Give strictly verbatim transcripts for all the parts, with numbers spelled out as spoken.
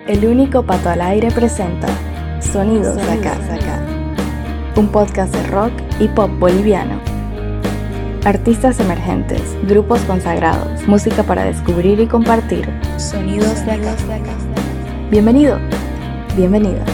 El único pato al aire presenta Sonidos de Acá, un podcast de rock y pop boliviano. Artistas emergentes, grupos consagrados, música para descubrir y compartir. Sonidos de Acá. Bienvenido, bienvenida.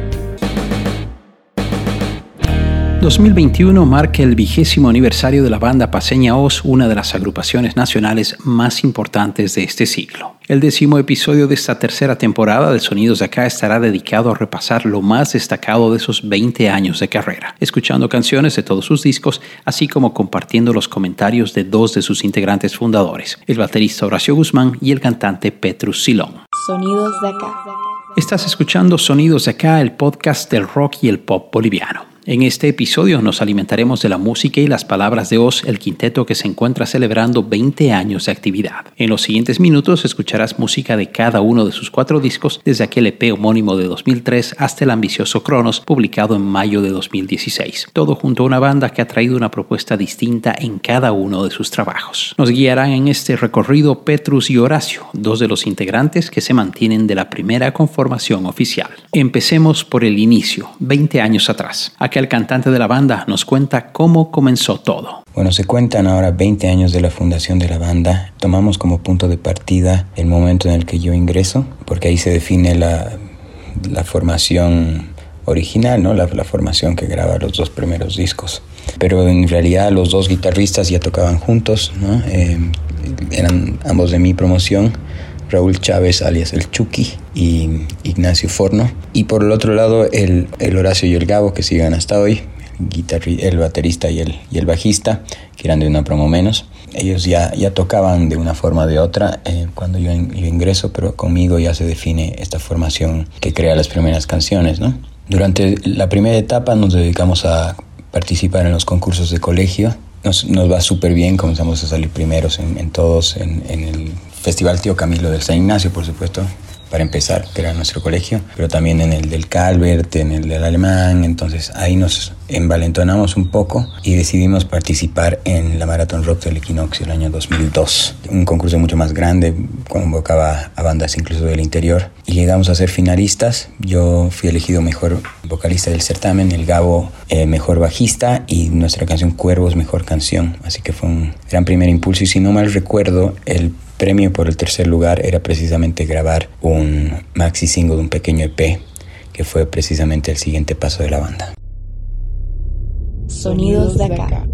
dos mil veintiuno marca el vigésimo aniversario de la banda paceña Oz, una de las agrupaciones nacionales más importantes de este siglo. El décimo episodio de esta tercera temporada de Sonidos de Acá estará dedicado a repasar lo más destacado de esos veinte años de carrera, escuchando canciones de todos sus discos, así como compartiendo los comentarios de dos de sus integrantes fundadores, el baterista Horacio Guzmán y el cantante Petrus Silón. Sonidos de Acá. Estás escuchando Sonidos de Acá, el podcast del rock y el pop boliviano. En este episodio nos alimentaremos de la música y las palabras de Oz, el quinteto que se encuentra celebrando veinte años de actividad. En los siguientes minutos escucharás música de cada uno de sus cuatro discos, desde aquel E P homónimo de dos mil tres hasta el ambicioso Cronos, publicado en mayo de dos mil dieciséis. Todo junto a una banda que ha traído una propuesta distinta en cada uno de sus trabajos. Nos guiarán en este recorrido Petrus y Horacio, dos de los integrantes que se mantienen de la primera conformación oficial. Empecemos por el inicio, veinte años atrás. El cantante de la banda nos cuenta cómo comenzó todo. Bueno, se cuentan ahora veinte años de la fundación de la banda. Tomamos como punto de partida el momento en el que yo ingreso, porque ahí se define la, la formación original, ¿no? La, la formación que graba los dos primeros discos. Pero en realidad los dos guitarristas ya tocaban juntos, ¿no? Eh, eran ambos de mi promoción. Raúl Chávez, alias el Chucky, y Ignacio Forno. Y por el otro lado, el, el Horacio y el Gabo, que siguen hasta hoy, el, guitarri- el baterista y el, y el bajista, que eran de una promo menos. Ellos ya, ya tocaban de una forma o de otra eh, cuando yo, in, yo ingreso, pero conmigo ya se define esta formación que crea las primeras canciones, ¿no? Durante la primera etapa nos dedicamos a participar en los concursos de colegio. Nos, nos va súper bien, comenzamos a salir primeros en, en todos, en, en el Festival Tío Camilo del San Ignacio, por supuesto, para empezar, que era nuestro colegio, pero también en el del Calvert, en el del Alemán. Entonces ahí nos envalentonamos un poco y decidimos participar en la Maratón Rock del Equinoccio el año dos mil dos. Un concurso mucho más grande, convocaba a bandas incluso del interior, y llegamos a ser finalistas. Yo fui elegido mejor vocalista del certamen, el Gabo eh, mejor bajista, y nuestra canción Cuervos mejor canción. Así que fue un gran primer impulso, y si no mal recuerdo, el premio por el tercer lugar era precisamente grabar un maxi single, un pequeño E P, que fue precisamente el siguiente paso de la banda. Sonidos de Acá.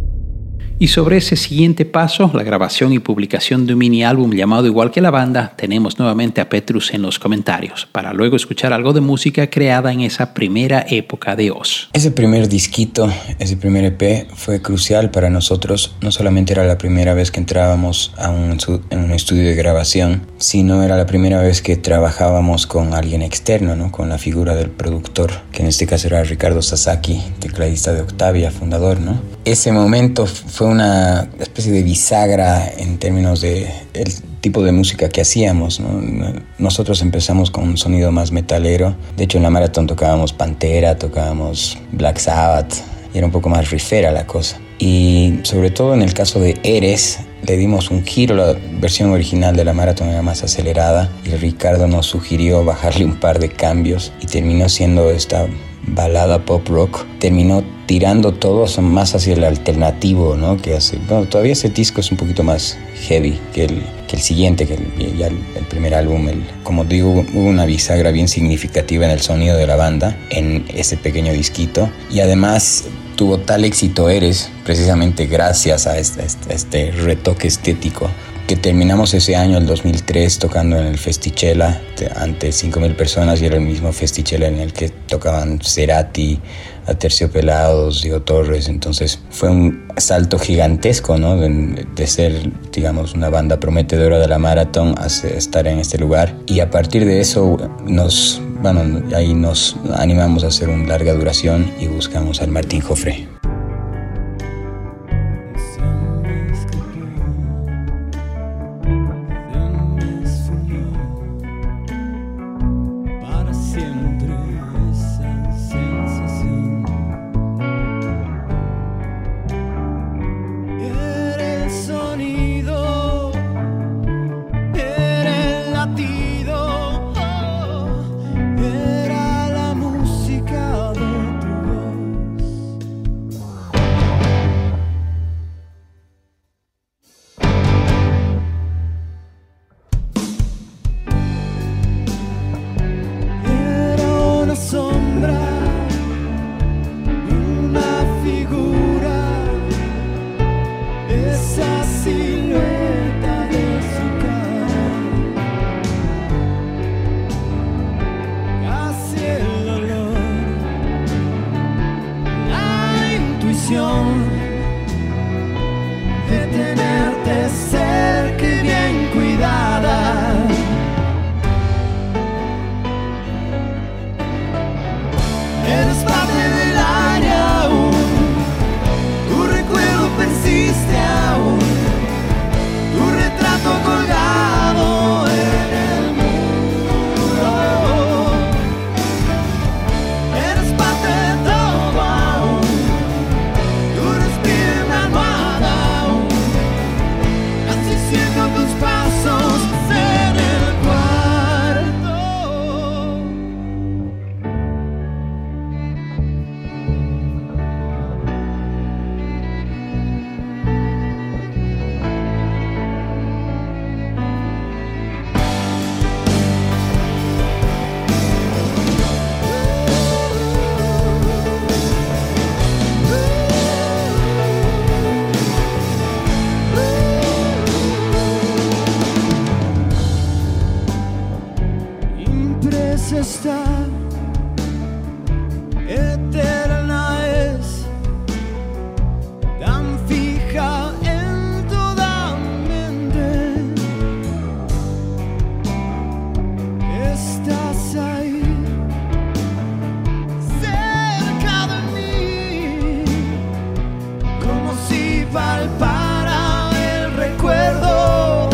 Y sobre ese siguiente paso, la grabación y publicación de un mini álbum llamado igual que la banda, tenemos nuevamente a Petrus en los comentarios, para luego escuchar algo de música creada en esa primera época de Oz. Ese primer disquito, ese primer E P fue crucial para nosotros. No solamente era la primera vez que entrábamos a un, en un estudio de grabación, sino era la primera vez que trabajábamos con alguien externo, ¿no? Con la figura del productor, que en este caso era Ricardo Sasaki, tecladista de Octavia, fundador, ¿no? Ese momento fue una especie de bisagra en términos de el tipo de música que hacíamos, ¿no? Nosotros empezamos con un sonido más metalero. De hecho, en la Maratón tocábamos Pantera, tocábamos Black Sabbath, y era un poco más riffera la cosa. Y sobre todo en el caso de Eres, le dimos un giro. La versión original de la Maratón era más acelerada, y Ricardo nos sugirió bajarle un par de cambios, y terminó siendo esta balada pop rock. Terminó tirando todo más hacia el alternativo, ¿no? Que hace, bueno, todavía ese disco es un poquito más heavy que el, que el siguiente, que el, ya el, el primer álbum. El, como digo, hubo una bisagra bien significativa en el sonido de la banda en ese pequeño disquito, y además tuvo tal éxito Eres precisamente gracias a este, este, este retoque estético, que terminamos ese año, el dos mil tres, tocando en el Festichela ante cinco mil personas, y era el mismo Festichela en el que tocaban Cerati, Aterciopelados, Diego Torres. Entonces fue un salto gigantesco, ¿no? De, de ser, digamos, una banda prometedora de la Maratón a estar en este lugar. Y a partir de eso nos, bueno, ahí nos animamos a hacer una larga duración y buscamos al Martín Joffre. Sonido, eres latido, oh. vas a estar, eterna es, tan fija en toda mente. Estás ahí, cerca de mí, como si palpara el recuerdo.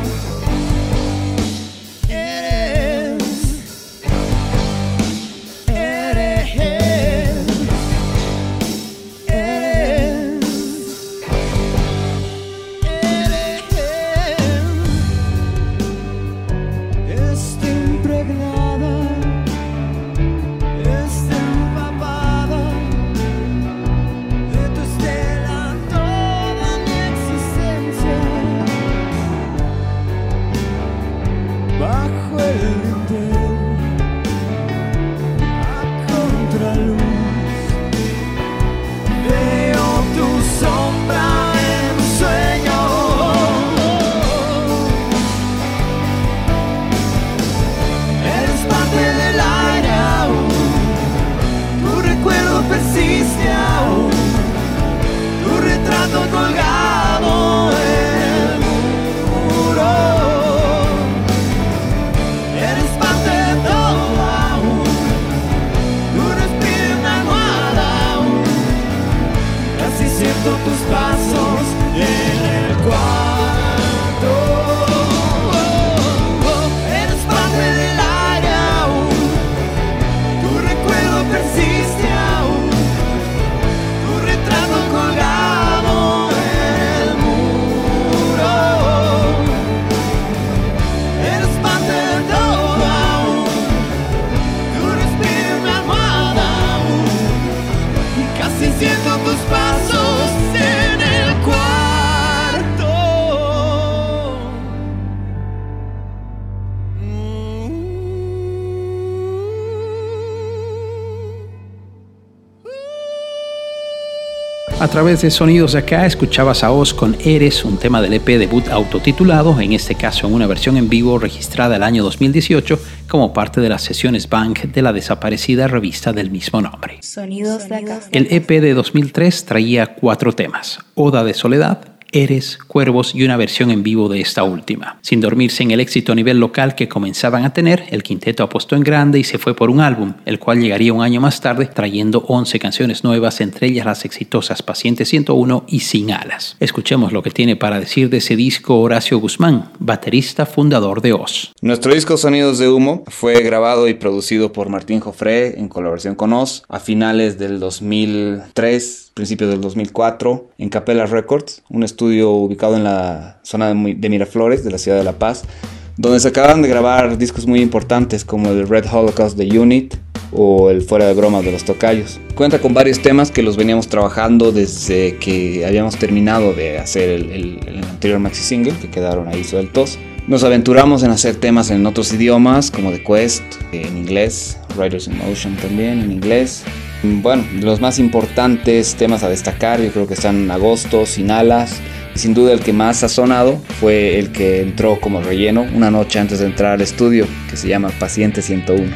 A través de Sonidos de Acá escuchabas a Oz con Eres, un tema del E P debut autotitulado, en este caso en una versión en vivo registrada el año dos mil dieciocho como parte de las sesiones Bank de la desaparecida revista del mismo nombre. Sonidos de Acá. El E P de dos mil tres traía cuatro temas: Oda de Soledad, Eres, Cuervos y una versión en vivo de esta última. Sin dormirse en el éxito a nivel local que comenzaban a tener, el quinteto apostó en grande y se fue por un álbum, el cual llegaría un año más tarde trayendo once canciones nuevas, entre ellas las exitosas Paciente ciento uno y Sin Alas. Escuchemos lo que tiene para decir de ese disco Horacio Guzmán, baterista fundador de Oz. Nuestro disco Sonidos de Humo fue grabado y producido por Martín Jofré en colaboración con Oz a finales del dos mil tres, principios del dos mil cuatro, en Capella Records, un estudio ubicado en la zona de Miraflores, de la ciudad de La Paz, donde se acaban de grabar discos muy importantes como el Red Holocaust de Unit o el Fuera de Bromas de Los Tocayos. Cuenta con varios temas que los veníamos trabajando desde que habíamos terminado de hacer el, el, el anterior maxi single, que quedaron ahí sueltos. Nos aventuramos en hacer temas en otros idiomas como The Quest, en inglés, Riders in Motion también en inglés. Bueno, los más importantes temas a destacar yo creo que están Agosto, Sin Alas. Sin duda el que más ha sonado fue el que entró como relleno una noche antes de entrar al estudio, que se llama Paciente ciento uno.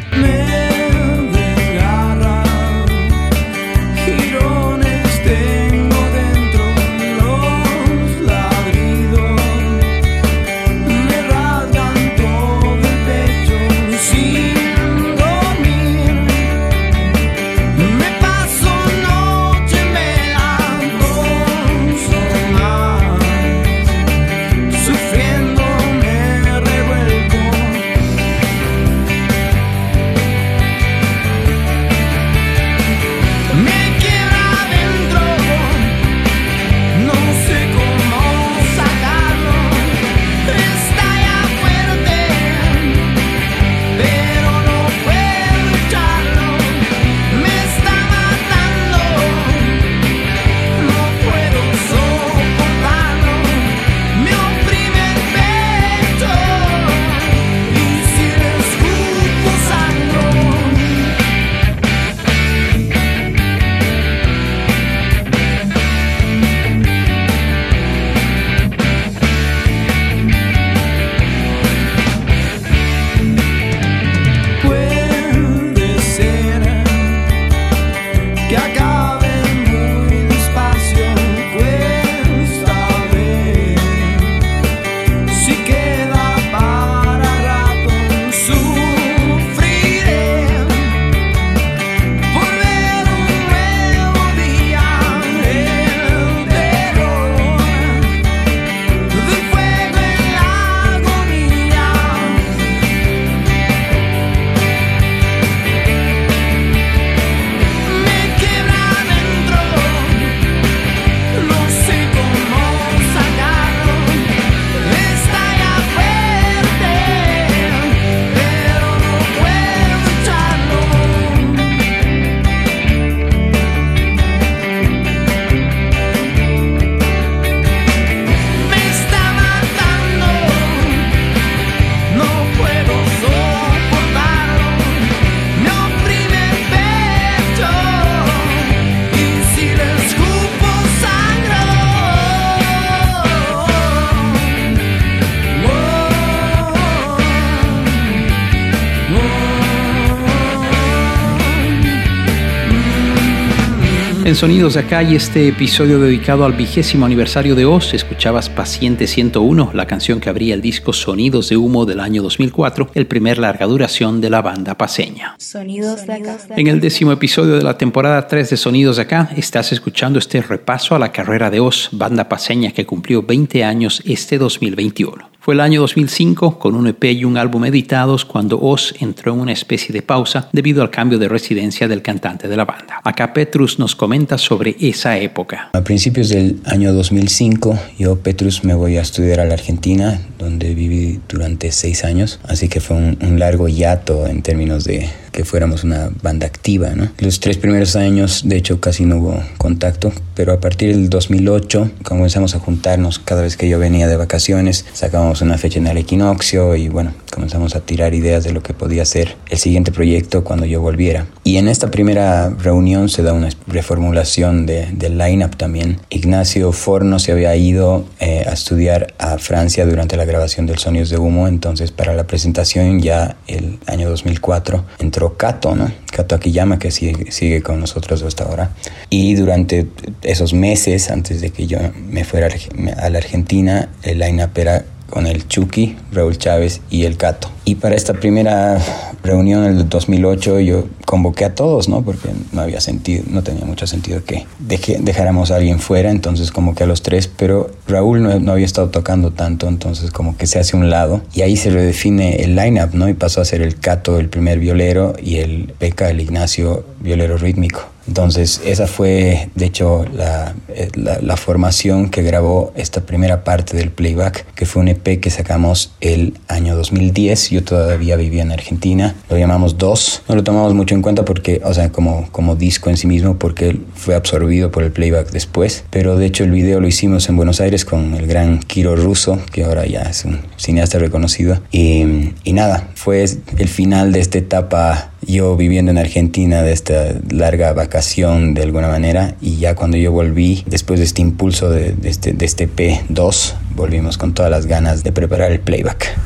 En Sonidos de Acá y este episodio dedicado al vigésimo aniversario de Oz, escuchabas Paciente ciento uno, la canción que abría el disco Sonidos de Humo del año dos mil cuatro, el primer larga duración de la banda paceña. Sonidos de Acá. En el décimo episodio de la temporada tres de Sonidos de Acá, estás escuchando este repaso a la carrera de Oz, banda paceña que cumplió veinte años este dos mil veintiuno. Fue el año dos mil cinco, con un E P y un álbum editados, cuando Oz entró en una especie de pausa debido al cambio de residencia del cantante de la banda. Acá Petrus nos comenta sobre esa época. A principios del año dos mil cinco, yo, Petrus, me voy a estudiar a la Argentina, donde viví durante seis años. Así que fue un, un largo hiato en términos de que fuéramos una banda activa, ¿no? Los tres primeros años, de hecho, casi no hubo contacto, pero a partir del dos mil ocho comenzamos a juntarnos. Cada vez que yo venía de vacaciones, sacábamos una fecha en el equinoccio y bueno, comenzamos a tirar ideas de lo que podía ser el siguiente proyecto cuando yo volviera. Y en esta primera reunión se da una reformulación de, del line-up también. Ignacio Forno se había ido eh, a estudiar a Francia durante la grabación del Sonidos de Humo, entonces para la presentación ya el año dos mil cuatro entró Kato, ¿no? Kato Akiyama, que sigue, sigue con nosotros hasta ahora. Y durante esos meses, antes de que yo me fuera a la Argentina, el line-up era con el Chucky, Raúl Chávez y el Kato. Y para esta primera reunión, en el dos mil ocho, yo convoqué a todos, ¿no? Porque no había sentido, no tenía mucho sentido que deje, dejáramos a alguien fuera, entonces convoqué a los tres, pero Raúl no, no había estado tocando tanto, entonces como que se hace a un lado, y ahí se redefine el line-up, ¿no? Y pasó a ser el Kato el primer violero y el Peca, el Ignacio, violero rítmico. Entonces esa fue de hecho la, la, la formación que grabó esta primera parte del playback, que fue un E P que sacamos el año dos mil diez. Yo todavía vivía en Argentina, lo llamamos Dos. No lo tomamos mucho en cuenta porque, o sea, como, como disco en sí mismo, porque fue absorbido por el playback después, pero de hecho el video lo hicimos en Buenos Aires con el gran Kiro Russo, que ahora ya es un cineasta reconocido, y, y nada, fue el final de esta etapa yo viviendo en Argentina, de esta larga vacación de alguna manera, y ya cuando yo volví, después de este impulso de, de este, de este E P dos, volvimos con todas las ganas de preparar el playback.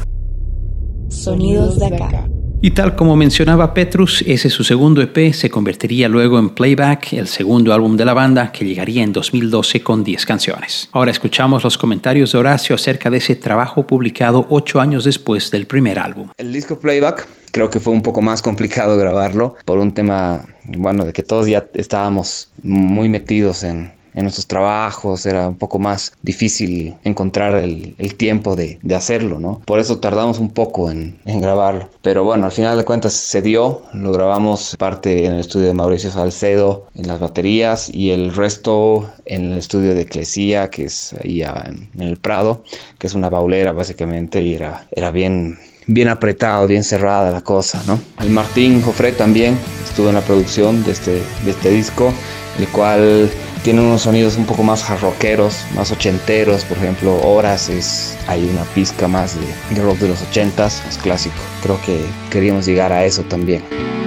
Sonidos de Acá. Y tal como mencionaba Petrus, ese su segundo E P se convertiría luego en Playback, el segundo álbum de la banda, que llegaría en dos mil doce con diez canciones. Ahora escuchamos los comentarios de Horacio acerca de ese trabajo publicado ocho años después del primer álbum. El disco Playback creo que fue un poco más complicado grabarlo por un tema, bueno, de que todos ya estábamos muy metidos en... en nuestros trabajos, era un poco más difícil encontrar el, el tiempo de, de hacerlo, ¿no? Por eso tardamos un poco en, en grabarlo. Pero bueno, al final de cuentas se dio, lo grabamos parte en el estudio de Mauricio Salcedo en las baterías y el resto en el estudio de Eclesia, que es ahí en, en el Prado, que es una baulera básicamente, y era, era bien... bien apretado, bien cerrada la cosa, ¿no? El Martín Jofré también estuvo en la producción de este, de este disco, el cual tiene unos sonidos un poco más rockeros, más ochenteros. Por ejemplo, Horas es, hay una pizca más de, de rock de los ochentas, más clásico. Creo que queríamos llegar a eso también.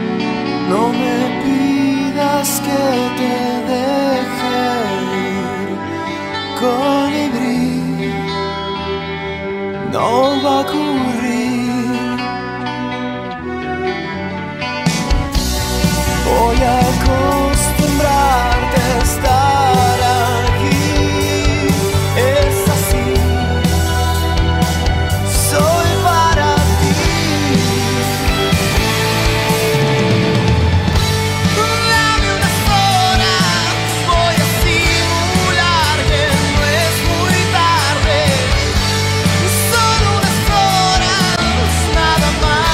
No me pidas que te deje ir, colibrí, no va a ocurrir. Voy a acostumbrarte a estar aquí, es así, soy para ti. Dame unas horas, voy a simular que no es muy tarde, solo unas horas, nada más.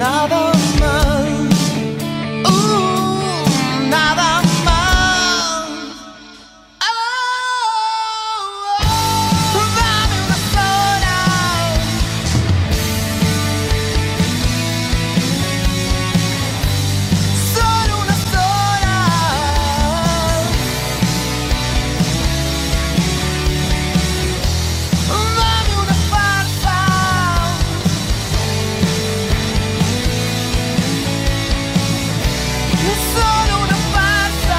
nada más. Uh, nada más. Oh, oh, dame unas horas. Solo unas horas. Dame una farsa. Solo una farsa.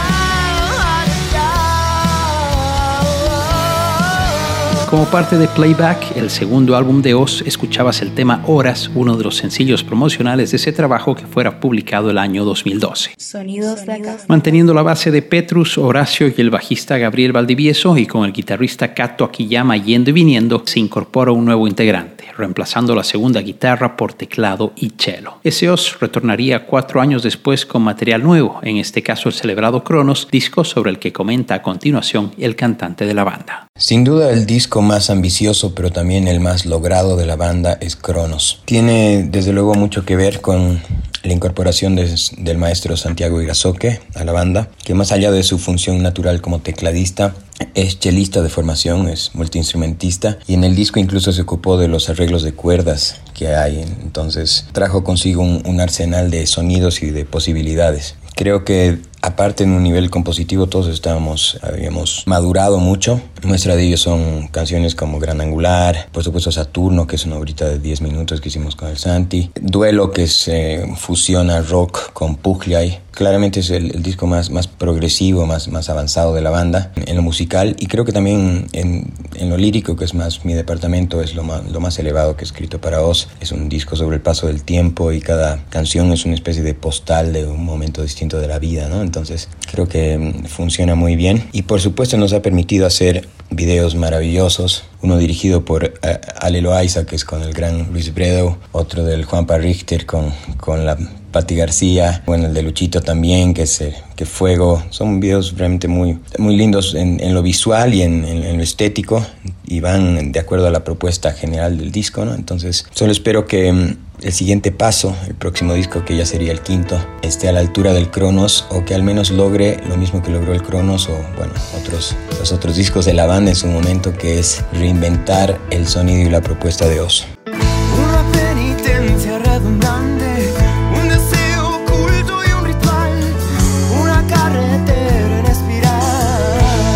Como parte de Playback, el segundo álbum de Oz, escuchabas el tema Horas, uno de los sencillos promocionales de ese trabajo que fuera publicado el año dos mil doce. Sonidos de acá. Manteniendo la base de Petrus, Horacio y el bajista Gabriel Valdivieso, y con el guitarrista Kato Akiyama yendo y viniendo, se incorpora un nuevo integrante, reemplazando la segunda guitarra por teclado y cello. Ese Oz retornaría cuatro años después con material nuevo, en este caso el celebrado Cronos, disco sobre el que comenta a continuación el cantante de la banda. Sin duda el disco más ambicioso pero también el más logrado de la banda es Cronos. Tiene desde luego mucho que ver con la incorporación de, del maestro Santiago Irazoque a la banda, que más allá de su función natural como tecladista, es chelista de formación, es multiinstrumentista, y en el disco incluso se ocupó de los arreglos de cuerdas que hay, entonces trajo consigo un, un arsenal de sonidos y de posibilidades. Creo que aparte en un nivel compositivo todos estábamos, habíamos madurado mucho. Muestra de ello son canciones como Gran Angular, por supuesto Saturno, que es una obrita de diez minutos que hicimos con el Santi, Duelo, que se eh, fusiona rock con Pugliai. Claramente es el, el disco más, más progresivo, más, más avanzado de la banda en lo musical, y creo que también en, en lo lírico, que es más mi departamento, es lo más, lo más elevado que he escrito para Oz. Es un disco sobre el paso del tiempo y cada canción es una especie de postal de un momento distinto de la vida, ¿no? Entonces creo que funciona muy bien, y por supuesto nos ha permitido hacer videos maravillosos, uno dirigido por uh, Ale Loaiza, que es con el gran Luis Bredow, otro del Juanpa Richter con, con la Patti García, bueno, el de Luchito también, que es eh, que Fuego. Son videos realmente muy, muy lindos en, en lo visual y en, en, en lo estético, y van de acuerdo a la propuesta general del disco, ¿no? Entonces solo espero que um, el siguiente paso, el próximo disco, que ya sería el quinto, esté a la altura del Cronos, o que al menos logre lo mismo que logró el Cronos, o bueno, otros, los otros discos de la banda en su momento, que es reinventar el sonido y la propuesta de Oz. Una penitencia redundante, un deseo oculto y un ritual, una carretera en espiral.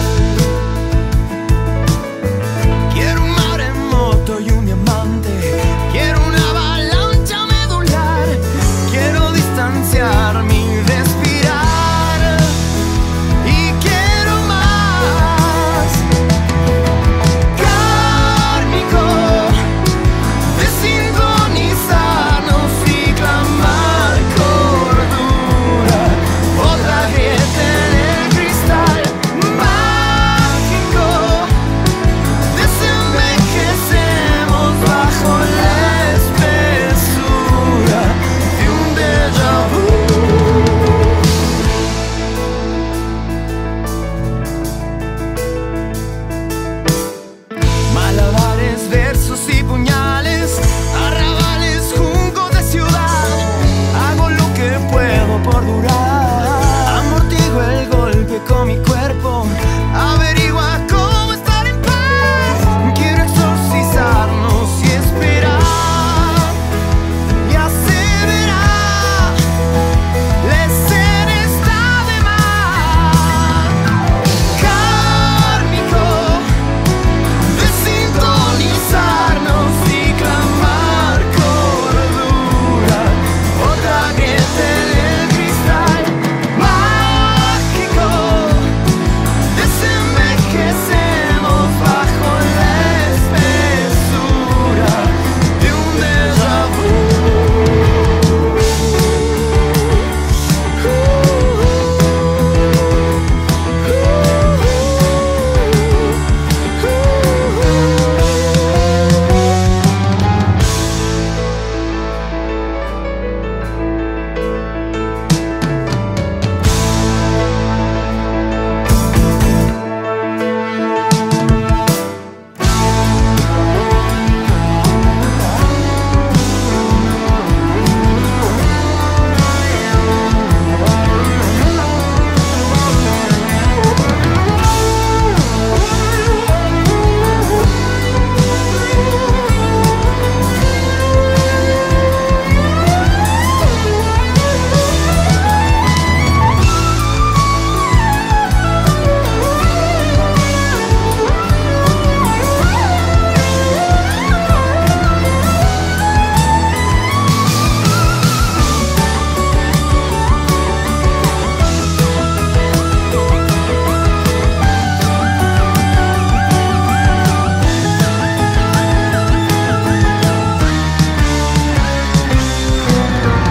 Quiero un maremoto y un diamante, quiero una avalancha medular, quiero distanciarme y respirar, y quiero más. Kármico,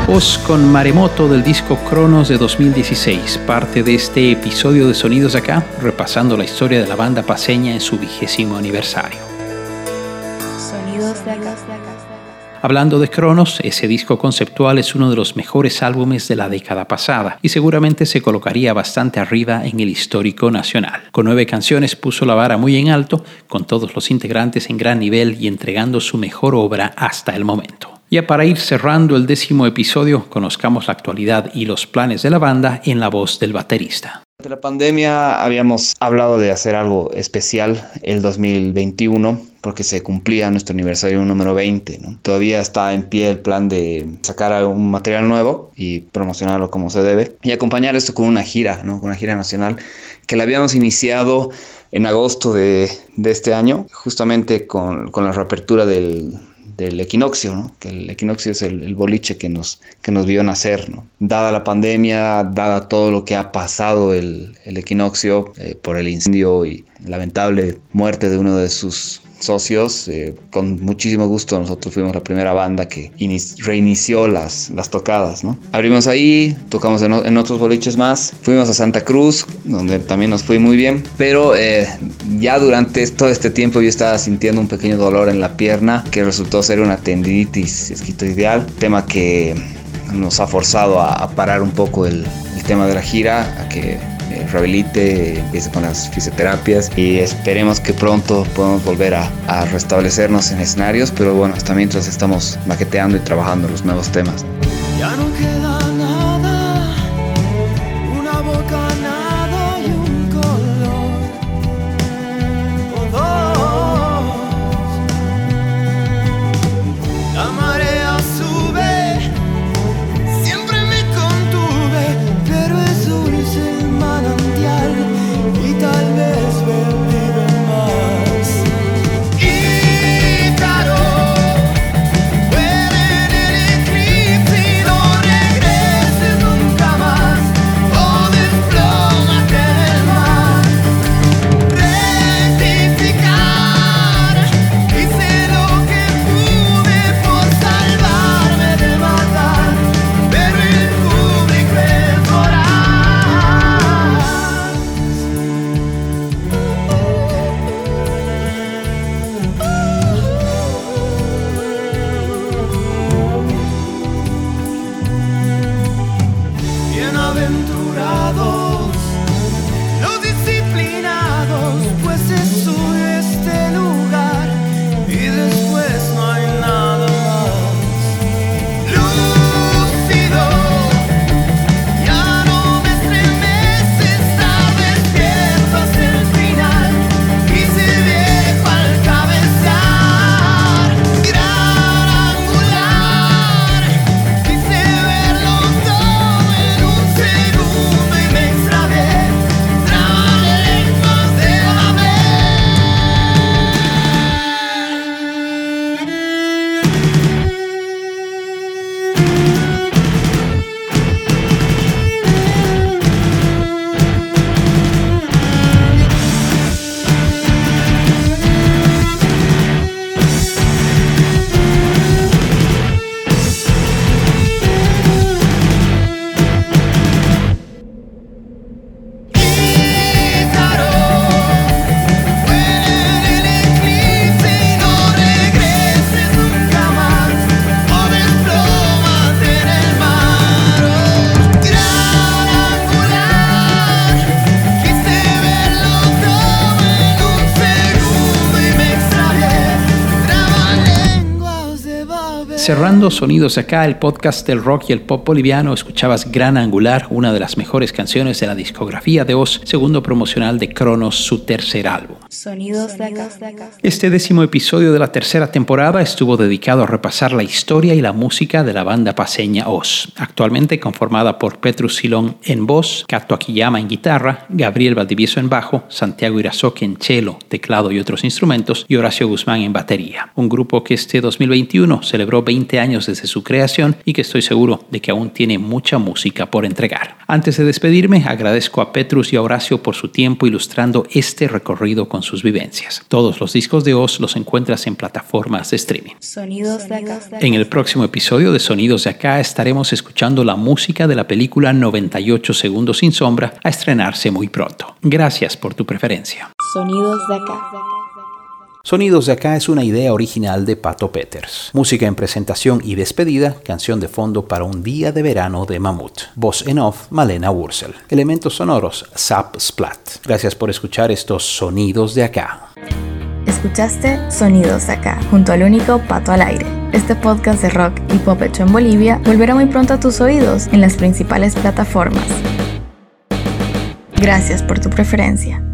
Oz con Maremoto del disco Cronos de dos mil dieciséis, parte de este episodio de Sonidos de Acá, repasando la historia de la banda paceña en su vigésimo aniversario. Sonidos de Acá. Hablando de Cronos, ese disco conceptual es uno de los mejores álbumes de la década pasada y seguramente se colocaría bastante arriba en el histórico nacional. Con nueve canciones puso la vara muy en alto, con todos los integrantes en gran nivel y entregando su mejor obra hasta el momento. Ya para ir cerrando el décimo episodio, conozcamos la actualidad y los planes de la banda en la voz del baterista. Durante la pandemia habíamos hablado de hacer algo especial el dos mil veintiuno porque se cumplía nuestro aniversario número veinte, ¿no? Todavía está en pie el plan de sacar un material nuevo y promocionarlo como se debe y acompañar esto con una gira, ¿no? Con una gira nacional que la habíamos iniciado en agosto de, de este año, justamente con, con la reapertura del... del equinoccio, ¿no? Que el equinoccio es el, el boliche que nos, que nos vio nacer, ¿no? Dada la pandemia, dada todo lo que ha pasado el, el equinoccio eh, por el incendio y lamentable muerte de uno de sus socios, eh, con muchísimo gusto nosotros fuimos la primera banda que inici- reinició las, las tocadas, ¿no? Abrimos ahí, tocamos en, o- en otros boliches más, fuimos a Santa Cruz, donde también nos fue muy bien, pero eh, ya durante todo este tiempo yo estaba sintiendo un pequeño dolor en la pierna que resultó ser una tendinitis isquiotibial, tema que nos ha forzado a, a parar un poco el, el tema de la gira, a que rehabilite, empiece con las fisioterapias y esperemos que pronto podamos volver a, a restablecernos en escenarios, pero bueno, hasta mientras estamos maqueteando y trabajando los nuevos temas. Ya no queda nada, una bocanada y un color, o dos. La marea sube, siempre me contuve, pero es dulce el manantial y tal vez perdido más. Ícaro, muere en el eclipse y no regreses nunca más, o desplómate en el mar. Rectificar, hice lo que pude por salvarme de matar, pero el público es voraz. Bienaventurados los disciplinados, pues es suyo este lugar y después no hay nada más. Lúcido, ya no me estremece estar despierto hasta el final y ser viejo al cabecear. Gran angular, quise verlo todo en un segundo y me extravié, trabalenguas de la vez. Ícaro, muere en el eclipse y no regreses nunca más, o desplómate en el mar. Oh, gran angular, quise verlo todo en un segundo y me extravié, trabalenguas de Babel. Cerrando Sonidos Acá, el podcast del rock y el pop boliviano, escuchabas Gran Angular, una de las mejores canciones de la discografía de Oz, segundo promocional de Cronos, su tercer álbum. Sonidos de Acá. Este décimo episodio de la tercera temporada estuvo dedicado a repasar la historia y la música de la banda paceña Oz, actualmente conformada por Petrus Silón en voz, Cato Akiyama en guitarra, Gabriel Valdivieso en bajo, Santiago Irazoque en cello, teclado y otros instrumentos y Horacio Guzmán en batería. Un grupo que este dos mil veintiuno celebró veinte veinte años desde su creación y que estoy seguro de que aún tiene mucha música por entregar. Antes de despedirme, agradezco a Petrus y a Horacio por su tiempo ilustrando este recorrido con sus vivencias. Todos los discos de Oz los encuentras en plataformas de streaming. Sonidos de acá. En el próximo episodio de Sonidos de Acá estaremos escuchando la música de la película noventa y ocho Segundos sin Sombra, a estrenarse muy pronto. Gracias por tu preferencia. Sonidos de acá. Sonidos de Acá es una idea original de Pato Peters. Música en presentación y despedida, canción de fondo para un día de verano de Mamut. Voz en off, Malena Wurzel. Elementos sonoros, Zap Splat. Gracias por escuchar estos Sonidos de Acá. Escuchaste Sonidos de Acá, junto al único Pato al Aire. Este podcast de rock y pop hecho en Bolivia volverá muy pronto a tus oídos en las principales plataformas. Gracias por tu preferencia.